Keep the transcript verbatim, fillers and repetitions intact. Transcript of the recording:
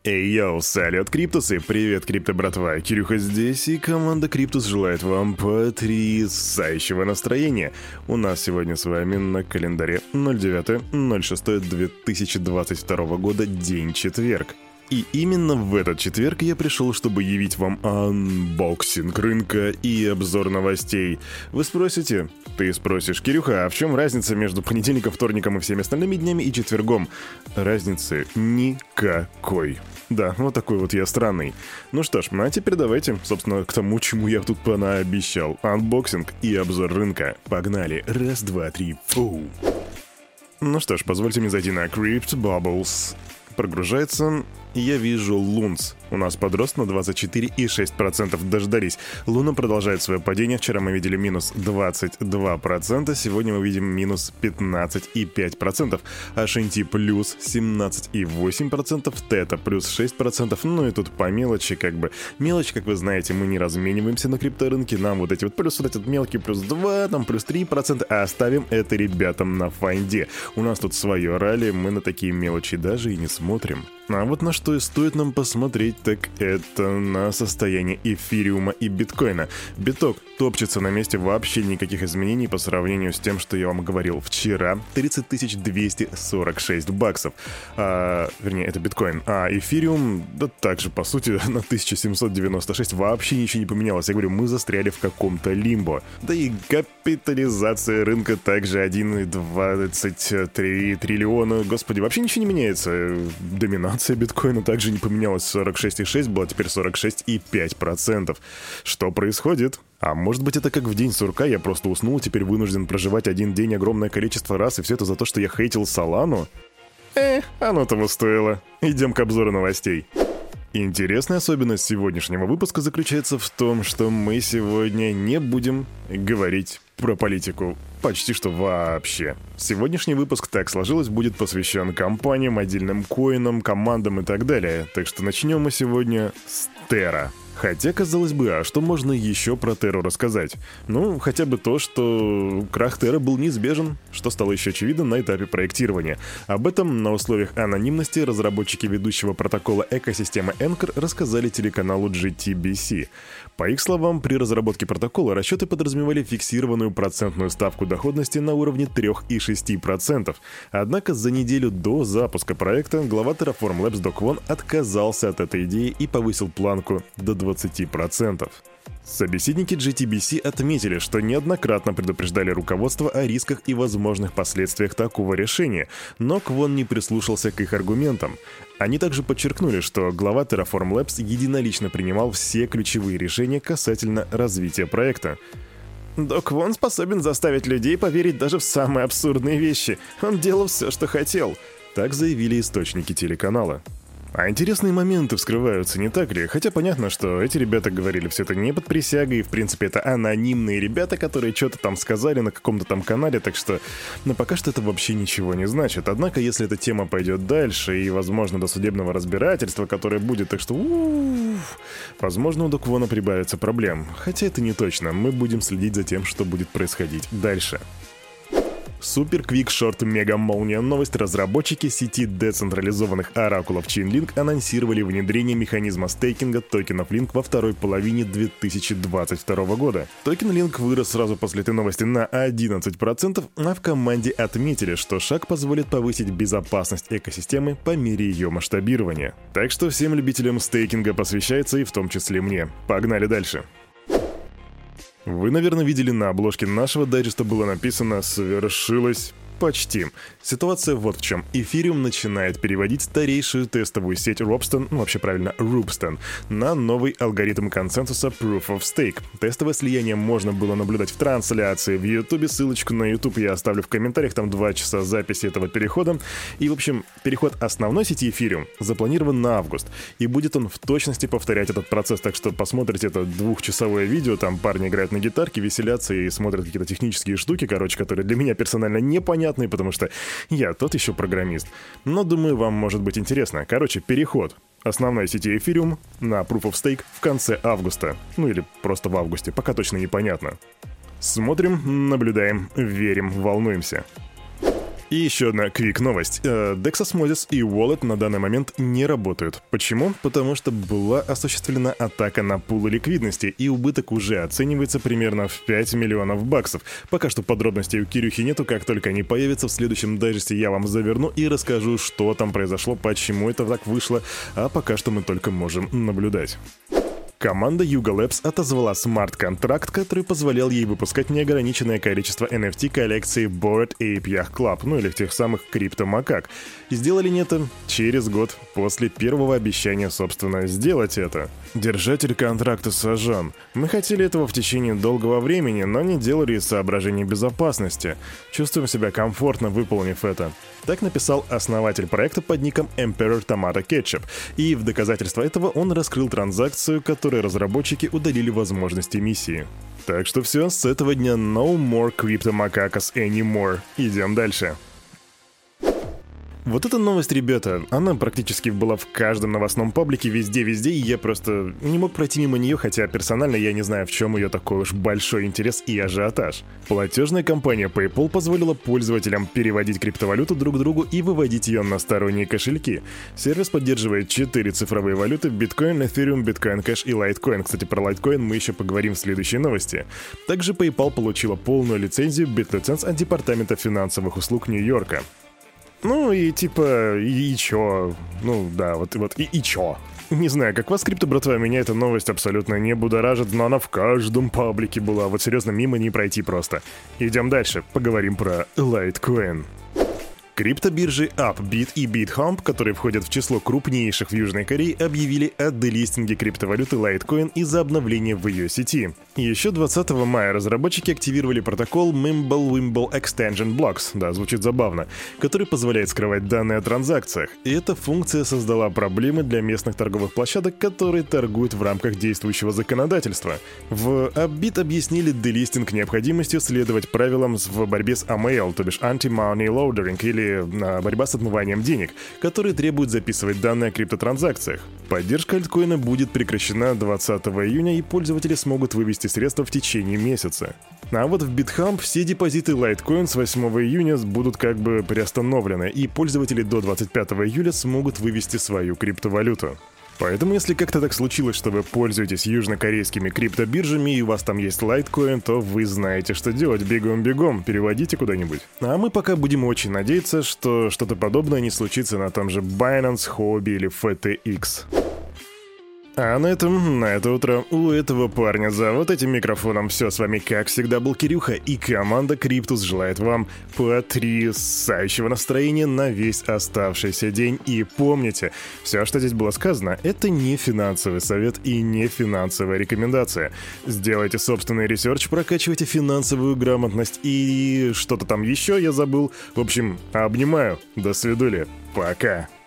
Эй, йоу, салют, Криптусы, привет, крипто братва, Кирюха здесь, и команда Криптус желает вам потрясающего настроения. У нас сегодня с вами на календаре ноль девятое ноль шестое две тысячи двадцать второго года, день четверг. И именно в этот четверг я пришел, чтобы явить вам анбоксинг рынка и обзор новостей. Вы спросите? Ты спросишь: Кирюха, а в чем разница между понедельником, вторником и всеми остальными днями и четвергом? Разницы никакой. Да, вот такой вот я странный. Ну что ж, а теперь давайте, собственно, к тому, чему я тут понаобещал. Анбоксинг и обзор рынка. Погнали. Раз, два, три, фу. Ну что ж, позвольте мне зайти на CryptoBubbles. Прогружается, и я вижу Лунс. У нас подрост на двадцать четыре и шесть десятых процента. Дождались. Луна продолжает свое падение. Вчера мы видели минус двадцать два процента. Сегодня мы видим минус пятнадцать и пять десятых процента. эйч эн ти плюс семнадцать и восемь десятых процента. Тета плюс шесть процентов. Ну и тут по мелочи как бы. Мелочь, как вы знаете, мы не размениваемся на крипторынке. Нам вот эти вот плюс вот этот мелкий плюс два, там плюс три процента. А оставим это ребятам на файнде. У нас тут свое ралли. Мы на такие мелочи даже и не смотрим. А вот на что и стоит нам посмотреть, так это на состояние эфириума и биткоина. Биток топчется на месте, вообще никаких изменений по сравнению с тем, что я вам говорил вчера. тридцать тысяч двести сорок шесть баксов. А, вернее, это биткоин. А эфириум, да также, по сути, на тысяча семьсот девяносто шесть. Вообще ничего не поменялось. Я говорю, мы застряли в каком-то лимбо. Да и капитализация рынка также один и двадцать три триллиона. Господи, вообще ничего не меняется. Доминация биткоина также не поменялась. сорок шесть и шесть была теперь сорок шесть и пять десятых процента. Что происходит? А может быть, это как в день сурка, я просто уснул, теперь вынужден проживать один день огромное количество раз, и все это за то, что я хейтил Солану? Эх, оно того стоило. Идем к обзору новостей. Интересная особенность сегодняшнего выпуска заключается в том, что мы сегодня не будем говорить про политику. Почти что вообще. Сегодняшний выпуск, так сложилось, будет посвящен компаниям, отдельным коинам, командам и так далее. Так что начнем мы сегодня с Terra. Хотя, казалось бы, а что можно еще про Терру рассказать? Ну, хотя бы то, что крах Терры был неизбежен, что стало еще очевидно на этапе проектирования. Об этом на условиях анонимности разработчики ведущего протокола экосистемы Anchor рассказали телеканалу джи ти би си. По их словам, при разработке протокола расчеты подразумевали фиксированную процентную ставку доходности на уровне три и шесть десятых процента. Однако за неделю до запуска проекта глава Terraform Labs Док Вон отказался от этой идеи и повысил планку до двадцати процентов. Собеседники джи ти би си отметили, что неоднократно предупреждали руководство о рисках и возможных последствиях такого решения, но Квон не прислушался к их аргументам. Они также подчеркнули, что глава Terraform Labs единолично принимал все ключевые решения касательно развития проекта. Док Вон способен заставить людей поверить даже в самые абсурдные вещи. Он делал все, что хотел. Так заявили источники телеканала. А интересные моменты вскрываются, не так ли? Хотя понятно, что эти ребята говорили все это не под присягой, и в принципе это анонимные ребята, которые что-то там сказали на каком-то там канале, так что, ну, пока что это вообще ничего не значит. Однако, если эта тема пойдет дальше и, возможно, до судебного разбирательства, которое будет, так что, у-у-у, возможно, у Док Вона прибавится проблем. Хотя это не точно, мы будем следить за тем, что будет происходить дальше. Супер Квик Шорт Мега Молния. Новость: разработчики сети децентрализованных оракулов Chainlink анонсировали внедрение механизма стейкинга токенов Link во второй половине две тысячи двадцать второго года. Токен Link вырос сразу после этой новости на одиннадцать процентов, а в команде отметили, что шаг позволит повысить безопасность экосистемы по мере ее масштабирования. Так что всем любителям стейкинга посвящается, и в том числе мне. Погнали дальше. Вы, наверное, видели на обложке нашего дайджеста было написано «Свершилось почти». Ситуация вот в чем. Эфириум начинает переводить старейшую тестовую сеть Ropsten, ну вообще правильно, Ropsten, на новый алгоритм консенсуса Proof of Stake. Тестовое слияние можно было наблюдать в трансляции в YouTube. Ссылочку на YouTube я оставлю в комментариях, там два часа записи этого перехода. И, в общем, переход основной сети Эфириум запланирован на август. И будет он в точности повторять этот процесс. Так что посмотрите это двухчасовое видео, там парни играют на гитарке, веселятся и смотрят какие-то технические штуки, короче, которые для меня персонально непонятные, потому что я тот еще программист. Но думаю, вам может быть интересно. Короче, переход основной сети Ethereum на Proof of Stake в конце августа. Ну или просто в августе, пока точно непонятно. Смотрим, наблюдаем, верим, волнуемся. И еще одна квик-новость. Dexosmosis и Wallet на данный момент не работают. Почему? Потому что была осуществлена атака на пулы ликвидности, и убыток уже оценивается примерно в пять миллионов баксов. Пока что подробностей у Кирюхи нету, как только они появятся, в следующем дайджесте я вам заверну и расскажу, что там произошло, почему это так вышло, а пока что мы только можем наблюдать. Команда Yuga Labs отозвала смарт-контракт, который позволял ей выпускать неограниченное количество эн эф ти коллекции Bored Ape Yacht Club, ну или тех самых криптомакак. И сделали они это через год после первого обещания, собственно, сделать это. Держатель контракта сожжен. Мы хотели этого в течение долгого времени, но не делали из соображений безопасности. Чувствуем себя комфортно, выполнив это. Так написал основатель проекта под ником Emperor Tomato Ketchup. И в доказательство этого он раскрыл транзакцию, которой разработчики удалили возможности миссии. Так что все, с этого дня no more cryptomacacos anymore. Идем дальше. Вот эта новость, ребята, она практически была в каждом новостном паблике, везде-везде, и я просто не мог пройти мимо нее, хотя персонально я не знаю, в чем ее такой уж большой интерес и ажиотаж. Платежная компания PayPal позволила пользователям переводить криптовалюту друг другу и выводить ее на сторонние кошельки. Сервис поддерживает четыре цифровые валюты: биткоин, эфириум, биткоин кэш и Litecoin. Кстати, про Litecoin мы еще поговорим в следующей новости. Также PayPal получила полную лицензию BitLicense от Департамента финансовых услуг Нью-Йорка. Ну и типа, и, и чё? Ну да, вот, вот и, и чё? Не знаю, как вас, крипто, братва, меня эта новость абсолютно не будоражит, но она в каждом паблике была. Вот серьезно, мимо не пройти просто. Идем дальше, поговорим про Litecoin. Криптобиржи Upbit и BitHump, которые входят в число крупнейших в Южной Корее, объявили о делистинге криптовалюты Litecoin из-за обновления в ее сети. Еще двадцатого мая разработчики активировали протокол Mimble-Wimble Extension Blocks, да, звучит забавно, который позволяет скрывать данные о транзакциях. И эта функция создала проблемы для местных торговых площадок, которые торгуют в рамках действующего законодательства. В Upbit объяснили делистинг необходимостью следовать правилам в борьбе с эй эм эл, то бишь Anti-Money Laundering, или борьба с отмыванием денег, которые требуют записывать данные о криптотранзакциях. Поддержка альткоина будет прекращена двадцатого июня, и пользователи смогут вывести средства в течение месяца. А вот в BitHump все депозиты Litecoin с восьмого июня будут как бы приостановлены, и пользователи до двадцать пятого июля смогут вывести свою криптовалюту. Поэтому, если как-то так случилось, что вы пользуетесь южнокорейскими криптобиржами и у вас там есть Litecoin, то вы знаете, что делать. Бегом-бегом, переводите куда-нибудь. А мы пока будем очень надеяться, что что-то подобное не случится на том же Binance, Huobi или эф ти экс. А на этом, на это утро у этого парня за вот этим микрофоном все. С вами, как всегда, был Кирюха, и команда Криптус желает вам потрясающего настроения на весь оставшийся день. И помните, все, что здесь было сказано, это не финансовый совет и не финансовая рекомендация. Сделайте собственный ресерч, прокачивайте финансовую грамотность и что-то там еще я забыл. В общем, обнимаю. До свидули. Пока.